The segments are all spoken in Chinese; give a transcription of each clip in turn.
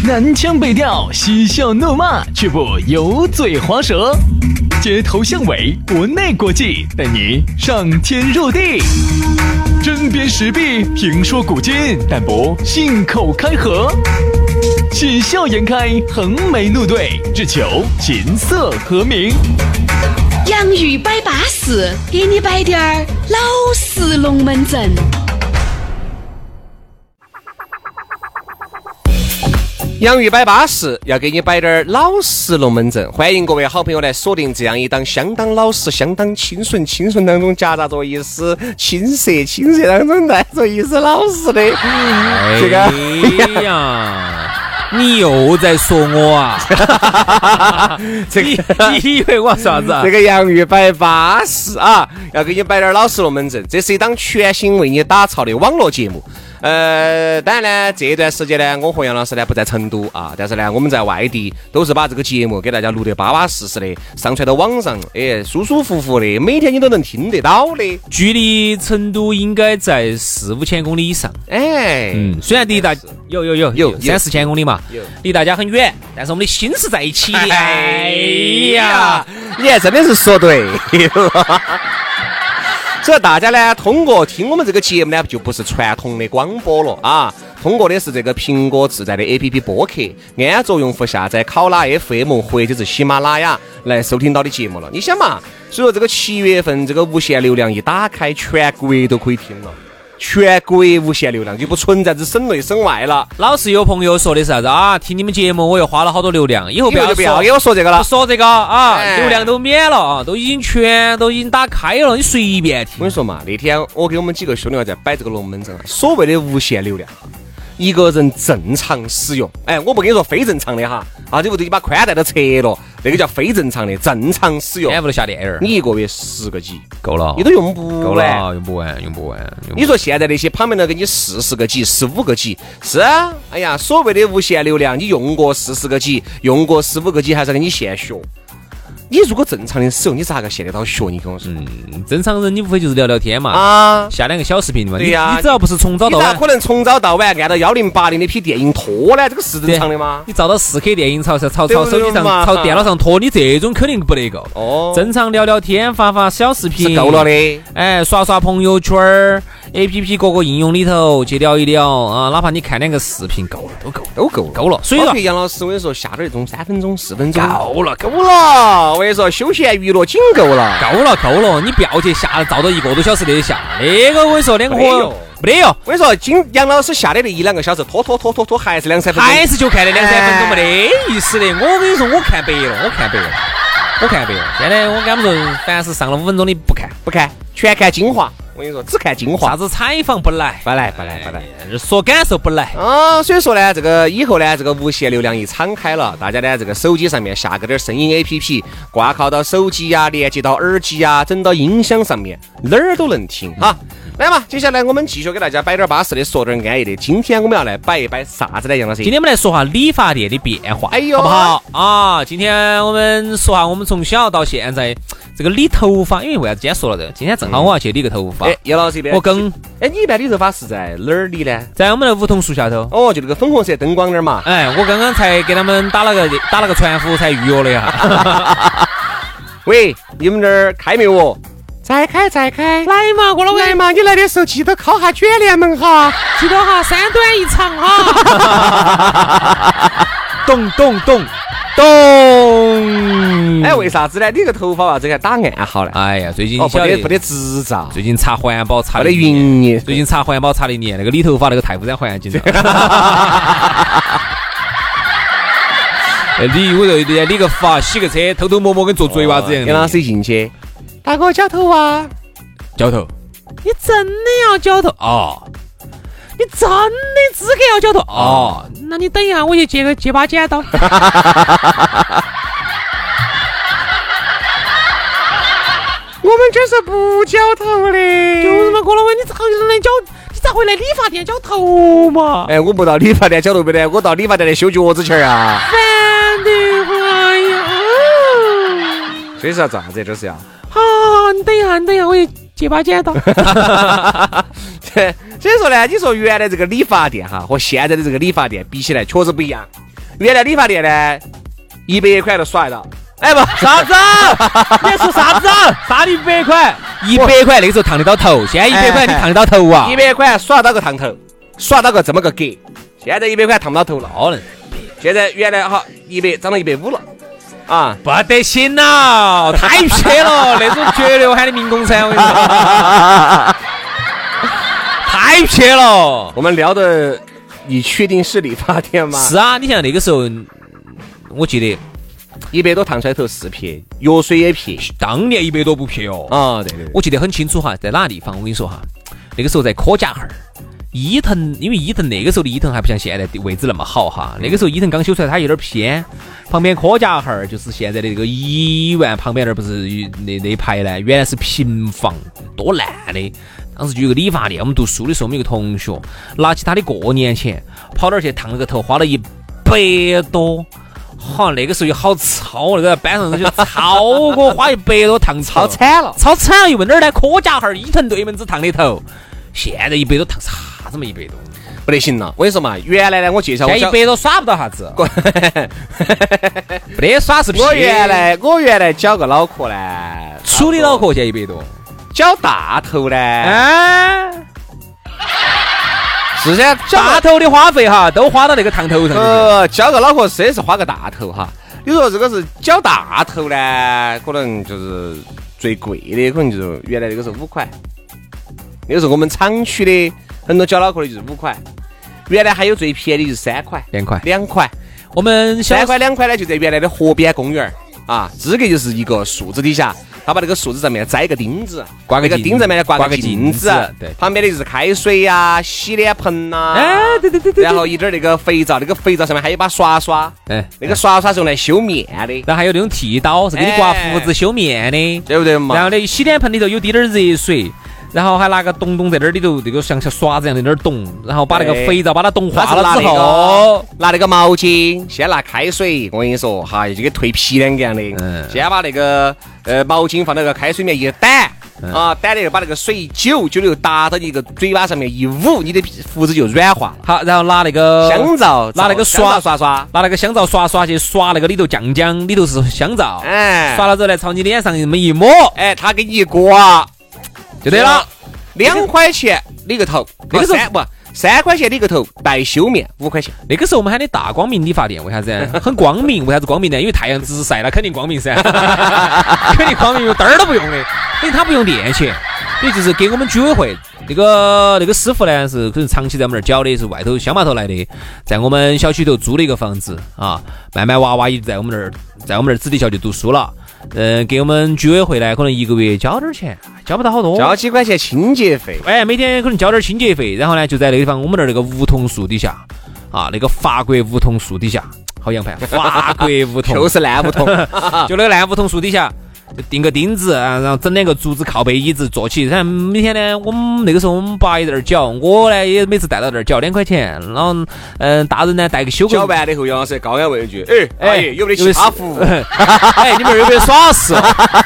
南腔北调，嬉笑怒骂，却不油嘴滑舌。街头巷尾，国内国际，带你上天入地。针砭时弊，评说古今，但不信口开河。喜笑颜开，横眉怒对，只求琴瑟和鸣。 洋芋摆巴士，给你摆点儿老式龙门阵。 洋芋摆巴适，要给你摆点老实龙门阵。欢迎各位好朋友来锁定这样一档相当老实、相当清纯当中夹杂着一丝青涩当中带着一丝老实的。这个， 哎呀，你又在说我啊？你以为我啥子啊？ 这个洋芋摆巴适啊，要给你摆点老实龙门阵。这是一档全新为你打造的网络节目。当然呢，这段时间呢，我和杨老师呢不在成都啊，但是呢，我们在外地都是把这个节目给大家录得巴巴适适的，上传到网上，舒舒服服的，每天你都能听得到的。 距离成都应该在4-5千公里以上。虽然离大有3-4千公里嘛，离大家很远，但是我们的心是在一起的。哎呀， 你还真的是说对。所以大家呢，通过听我们这个节目呢，就不是传统的广播了啊，通过的是这个苹果自带的 APP 播客，安卓用户下载考拉 FM 或者是喜马拉雅来收听到的节目了。你想嘛，所以说这个7月份这个无限流量一打开，全国都可以听了。全国无限流量就不存在这省内省外了。 老是有朋友说的是啥子啊？听你们节目我又花了好多流量，以后不要给我说这个了， 不说这个啊，流量都免了啊，都已经打开了，你随便听。 我跟你说嘛，那天我给我们几个兄弟在摆这个龙门阵啊，所谓的无限流量，一个人正常使用，我不跟你说非正常的哈，这不都把宽带都拆了，那个叫非正常的，正常使用。 不能下电影， 你一个月10个 G 够了， 你都用不完， 用不完。 你说现在那些旁边的给你40个 G、15个 G， 是啊，哎呀，所谓的无限流量，你用过40个 G， 用过15个 G， 还是给你现学。你如果正常的使用，你咋个现得到学？你跟我说， 正常人你无非就是聊聊天嘛，下2个小视频嘛。 对呀， 你只要不是从早到晚， 你咋可能从早到晚按照1080那批电影拖呢？这个是正常的吗？ 你照到4K 电影朝手机上、朝电脑上拖，你这种肯定不得够。正常聊聊天、发小视频是够了的。 刷朋友圈，APP 各个应用里头去聊一聊啊，哪怕你看2个视频，够了，都够了。所以说， 杨老师，我跟你说，下点那种3分钟、4分钟， 够了。 我跟你说，休闲娱乐仅够了， 够了，你不要去下照到1个多小时的下，那个我跟你说，2个没得哟。 我跟你说，杨老师下的那1-2个小时，拖，还是2-3分钟， 还是就看那2-3分钟没得意思的。我跟你说，我看白了。现在我跟他们说，凡是上了5分钟的不看， 全看精华。我跟你说，只看精华， 啥子采访不来，说感受不来啊。所以说呢，这个以后呢，这个无限流量一敞开了，大家呢这个手机上面下个点声音 APP， 挂靠到手机呀，连接到耳机呀，整到音响上面，哪儿都能听哈。来嘛，接下来我们继续给大家摆点巴适的，说点安逸的。今天我们要来摆一摆啥子呢，杨老师？ 今天我们来说下理发店的变化， 哎呦， 好不好啊？今天我们说下我们从小到现在这个理头发，因为为啥子今天说了这个？今天正好我要去理个头发。 叶老师这边，你一般理头发是在哪儿理呢？ 在我们的梧桐树下头。 就那个粉红色灯光那儿嘛。 我刚刚才给他们打了个传呼，才预约了一下。 喂，你们这儿开没有？再开， 来嘛，郭老来嘛，你来的时候记得敲下卷帘门哈， 记得哈，3短1长哈。咚。 为啥子呢？你个头发这个打暗号了？ 哎呀，最近不得执照， 最近查环保查的云泥， 最近查环保查的严，那个理头发那个太污染环境了。我就理个发，洗个车，偷摸摸跟做贼娃子一样。 杨老师一进去，大哥绞头啊！ 绞头？你真的要绞头啊？你真的资格要绞头哦？那你等一下，我去借把剪刀。 我们这是不绞头的。 就是嘛，郭老板，你咋会来理发店绞头嘛？ 我不到理发店绞头不得，我到理发店来修脚趾钱啊。 烦的话呀！ 所以说咋子这是要？ 好，你等一下，我去借把剪刀。 所以说呢，你说原来这个理发店哈和现在的这个理发店比起来确实不一样。 原来理发店呢，100块都耍得到。哎不， 啥子？你说啥子？啥100块？100块那个时候烫得到头，现在100块你烫得到头啊 ？100块耍到个烫头，耍到个这么个格。现在100块烫不到头了。 好了， 现在原来好100涨到150了。啊， 不得行了，太撇了，那种绝对我喊你民工噻，我跟你说，太撇了。 我们聊的，你确定是理发店吗？ 是啊，你像那个时候，我记得 100多烫出来头4撇，药水也撇， 当年100多不撇哦。 啊，对， 我记得很清楚哈，在哪个地方？我跟你说哈，那个时候在科家巷儿。伊藤，因为伊藤那个时候的伊藤还不像现在的位置那么好哈，那个时候伊藤刚修出来，它有点偏，旁边科家巷儿就是现在的这个1万旁边那儿不是那排呢，原来是平房，多烂的。当时就有个理发店，我们读书的时候，我们有个同学拿起他的过年钱，跑那儿去烫了个头，花了100多。好，那个时候就好糙，那个班上就超过花100多烫超惨了， 超惨了。又问哪儿呢？科家巷儿伊藤对门子烫的头，现在100多烫啥子嘛？100多不得行了。我跟你说嘛，原来呢，我介绍我100多耍不到啥子，没得耍是屁。 我原来缴个脑壳呢， 处理脑壳现在100多， 缴大头呢，是噻， 大头的花费哈，都花到那个烫头上。 交个脑壳真是花个大头哈。你说这个是交大头呢，可能就是最贵的，可能就是原来那个是5块。那个时候我们厂区的很多交脑壳的就是5块，原来还有最便宜的就是3块、2块。 我们 3块2块呢，就在原来的河边公园啊，资格就是一个树子底下。他把那个树子上面栽一个钉子， 挂个钉子上面挂个镜子， 对， 旁边的就是开水呀、洗脸盆呐， 对， 然后一点那个肥皂，那个肥皂上面还有把刷刷，那个刷刷是用来修面的， 然后还有那种剃刀是给你刮胡子修面的， 对不对嘛？ 然后呢，洗脸盆里头有滴点热水。然后还拿个洞在那里头，这个像刷子一样的那儿洞，然后把那个肥皂把它冻化了之后， 拿那个毛巾，先拿开水，我跟你说哈，就跟蜕皮两个样的，先把那个毛巾放那个开水面一掸啊，掸了又把那个水一揪了又搭到你个嘴巴上面一捂，你的胡子就软化了。 好，然后拿那个香皂， 拿那个刷， 拿那个香皂刷去刷那个里头酱，里头是香皂，刷了之后来朝你脸上这么一抹， 他给你一刮。 就对了 ，2块钱理个头，那个3块钱理个头，带修面5块钱。 那个时候我们喊的大光明理发店，为啥子？很光明，为啥子光明呢？因为太阳直晒了，肯定光明噻，肯定光明，灯儿都不用的，因为他不用电钱，所以就是给我们居委会那个师傅呢，是可能长期在我们那儿教的，是外头乡码头来的，在我们小区头租了一个房子啊，慢慢娃娃一直在我们那儿子弟校就读书了。给我们居委会呢，可能1个月交点钱，交不到好多， 交几块钱清洁费。 每天可能交点清洁费，然后呢，就在那个地方，我们那儿那个梧桐树底下啊，那个法国梧桐树底下，好洋盘，法国梧桐就是烂梧桐， 就那个烂梧桐树底下。就钉个钉子啊，然后整2个竹子靠背椅子坐起。然后每天呢，我们那个时候我们爸也在那儿搅，我呢也每次带到那儿搅2块钱。然后大人呢带个修搅完了以后，杨老师高压问一句：有没得其他服务？ 你们有没有耍事？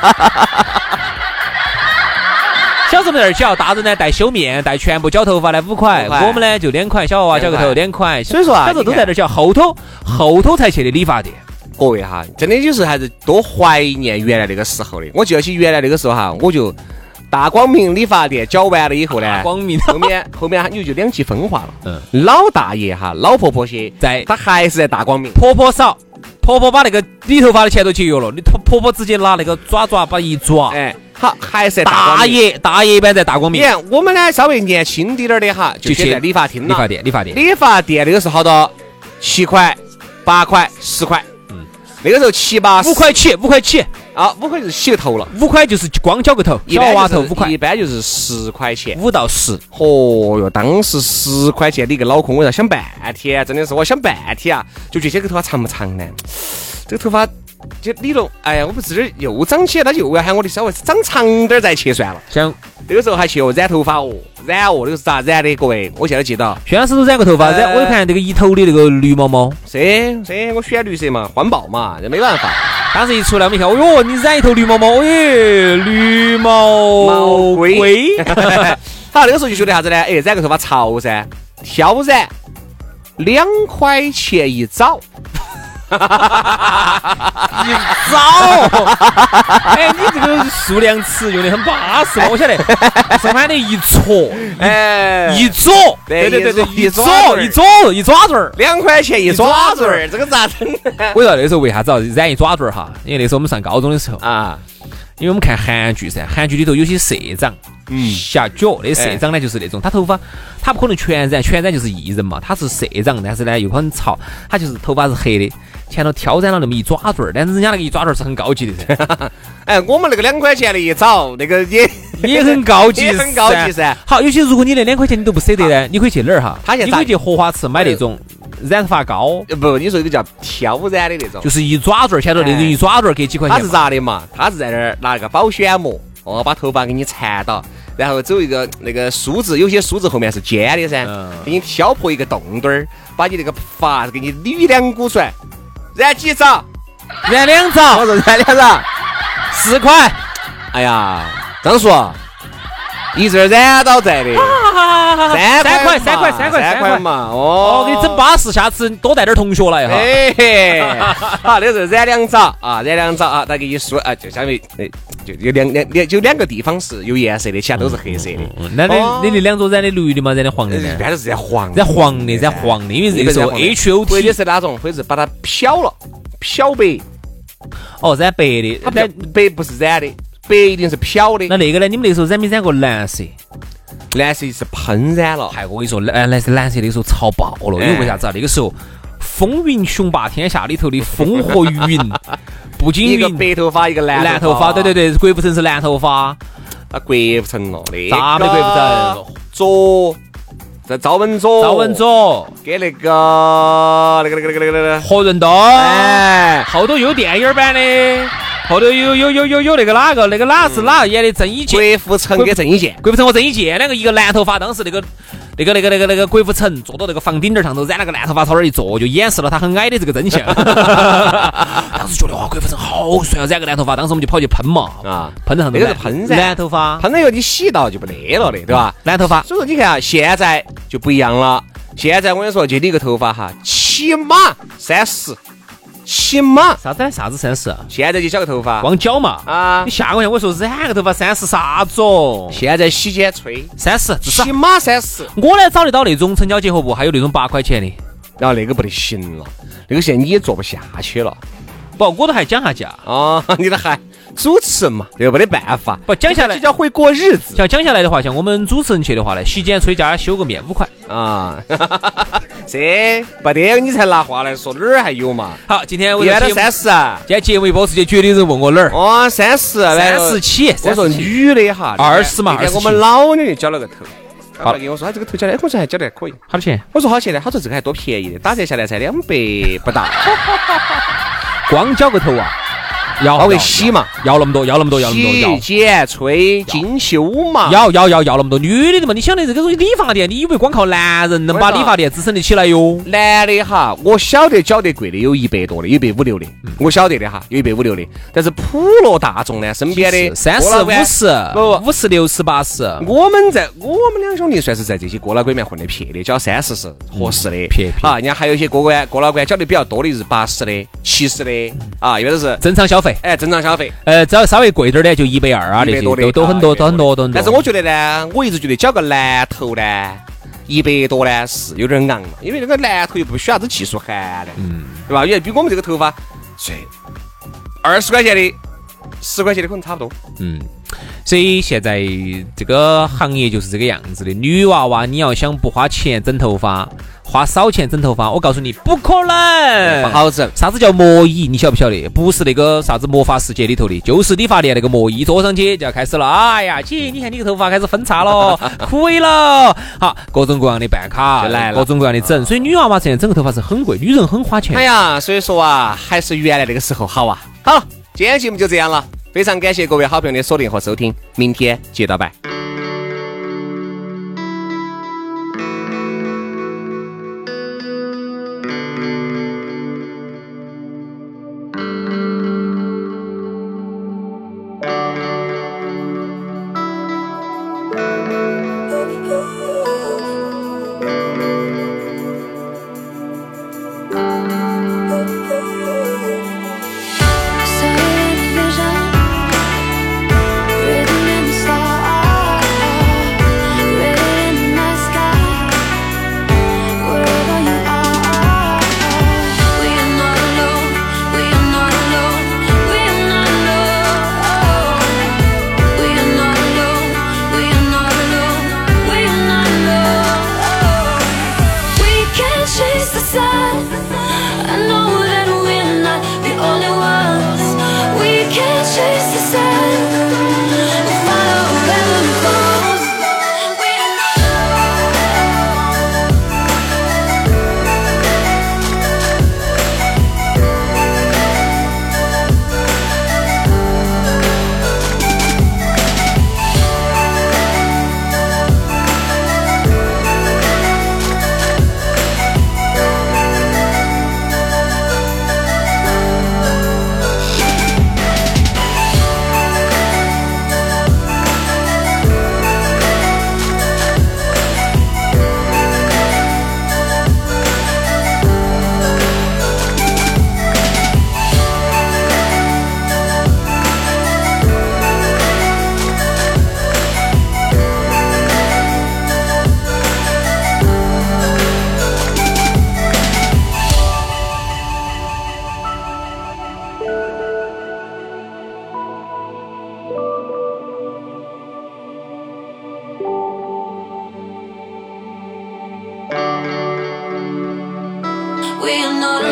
小时候在那儿搅，大人呢带修面，带全部绞头发呢5块，我们呢就2块，小娃娃绞个头2块。 所以说啊， 小时候都在那儿搅，后头才去的理发店。 各位哈，真的就是还是多怀念原来那个时候的。我记得起原来那个时候哈，我就大光明理发店搅完了以后呢， 光明后面你就2极分化了。老大爷哈，老婆婆些他还是在大光明。 婆婆少，婆婆把那个理头发的钱都节约了，你婆婆直接拿那个爪把一抓。 好，还是在大爷一般在大光明。 你看我们呢稍微年轻点的哈，就去在理发厅了。理发店那个是好多7块、8块、10块。那个时候7、8、 5块起啊，5块就是洗个头了 ，5块就是光绞个头，小娃头5块， 一般就是10块钱 ，5到10。 哦哟，当时10块钱理个脑壳，我要想半天，真的是我想半天啊，就觉得这个头发长不长呢？这个头发就理了，哎呀，我不是又长起来，他就要喊我的稍微长长点再切算了。 像那个时候还去染头发染那个是咋染的？各位，我现在记得， 薛老师都染过头发，我看那个一头的那个绿毛毛， 我选绿色嘛，环保嘛，这没办法。 当时一出来我们一看，哦哟，你染一头绿毛毛，绿毛龟。 好，那个时候就觉得啥子呢？染个头发潮噻，挑染2块钱一早。 一早，哎，你这个数量词用的很巴适嘛，我晓得，上海的一撮， 哎， 一撮，对，一撮爪子儿 ，2块钱一爪子儿，这个咋整？ 我知道那时候为啥子要染一爪子儿哈？因为那时候我们上高中的时候啊， 因为我们看韩剧噻，韩剧里头有些社长。下脚那社长呢，就是那种他头发，他不可能全染就是艺人嘛，他是社长，但是呢又很潮，他就是头发是黑的，前头挑染了那么一爪子儿，但是人家那个一爪子儿是很高级的噻。 哎，我们那个2块钱的一早，那个也很高级， 也很高级噻。 好，有些如果你那2块钱你都不舍得呢，你可以去哪儿哈？你可以去荷花池买那种染发膏。 不，你说一个叫挑染的那种， 就是一爪子儿，前头那种一爪子儿给几块钱。 他是咋的嘛？他是在那儿拿那个保鲜膜，把头发给你缠到。然后走一个那个梳子，有些梳子后面是尖的噻，给你挑破一个洞墩儿，把你那个发给你捋2股出来，染几招？ 染2招。 我说染2招 ，4块。 哎呀，张叔，你这染到在的3块嘛， 哦，给你整巴适，下次多带点同学来哈。 哎，好，那时候染2招啊，他给你梳啊，就相当于就2个地方是有颜色的，其他都是黑色的。 那你那2撮染的绿的吗？染的黄的呢？ 一般都是染黄的，因为那个时候 HOT 或者是哪种，或者是把它漂白。 哦，染白的， 它白不是染的，白一定是漂的。 那个呢？你们那时候染没染过蓝色？ 蓝色是喷染了。 嗨，我跟你说，蓝色那时候潮爆了，因为为啥子啊？那个时候风云雄霸天下里头的风和云，不仅一个白头发，一个蓝头发，对，郭富城是蓝头发， 啊，郭富城了， 咋没郭富城？ 在赵文卓给那个何润东，哎，后头有电影版的，后头有那个哪是哪演的郑伊健？ 郭富城跟郑伊健， 郭富城和郑伊健两个，一个蓝头发，当时那个郭富城坐到那个房顶上头染了个蓝头发朝那儿一坐，就掩饰了他很矮的这个真相。当时觉得哇，郭富城好帅啊，染个蓝头发，当时我们就跑去喷嘛，喷上头， 那个是喷染蓝头发， 喷了以后你洗到就不得了的，对吧？ 蓝头发， 所以说你看啊，现在就不一样了。现在我跟你说，就你个头发哈，起码30，起码啥子30？ 现在就剪个头发， 光脚嘛啊！你下个月我说染个头发30啥子哦？ 现在洗剪吹 30，至少起码30。 我呢找得到那种成交结合部，还有那种8块钱的， 然后那个不得行了，那个现在你也做不下去了。 不，我都还讲下价哦，你都还主持人嘛，又没得办法。 不讲下来， 这叫会过日子。 像讲下来的话，像我们主持人去的话呢，洗剪吹加修个面5块啊。这不得你才拿话来说，哪儿还有嘛？ 好，今天我原来30啊。 今天节目一播出去，绝对有人问我哪儿？ 哦，37。我说女的哈 ，20嘛，27。 我们老娘就交了个头。好，跟我说他这个头交的，我说还交的还可以。 好多钱？ 我说好钱呢？他说这个还多便宜的，打折下来才200不到。 光交个头啊， 要为洗嘛， 要那么多， 洗剪吹精修嘛， 要那么多。女的嘛，你想的这个东西理发店，你以为光靠男人能把理发店支撑得起来哟？ 男的哈，我晓得交得贵的有100多的，有150、6的，我晓得的哈，有150、6的。但是普罗大众呢，身边的 30、50、50、60、80， 我们两兄弟算是在这些哥老倌里面混得撇的，交30是合适的， 撇啊。人家还有一些哥老倌交的比较多的是80的、70的啊，一般都是正常消费。 哎，正常消费， 只要稍微贵点的就120啊，那些都很多。 但是我觉得呢，我一直觉得交个蓝头呢，100多呢是有点昂了，因为那个蓝头又不需要啥子技术含量，对吧？因为比我们这个头发，20块钱的、10块钱的可能差不多。 所以现在这个行业就是这个样子的。女娃娃你要想不花钱整头发，花少钱整头发，我告诉你不可能， 不好整。 啥子叫魔椅？你晓不晓得？不是那个啥子魔法世界里头的，就是理发店那个魔椅，坐上去就要开始了。哎呀，姐，你看你个头发开始分叉了，枯萎了，好，各种各样的办卡就来了，各种各样的整。所以女娃娃现在整个头发是很贵，女人很花钱。 哎呀，所以说啊，还是原来那个时候好啊。好了，今天节目就这样了。非常感谢各位好朋友的锁定和收听，明天接到拜。 sad. I know that we're not the only ones. We can't chase the sun. We'll follow wherever it goes. We are not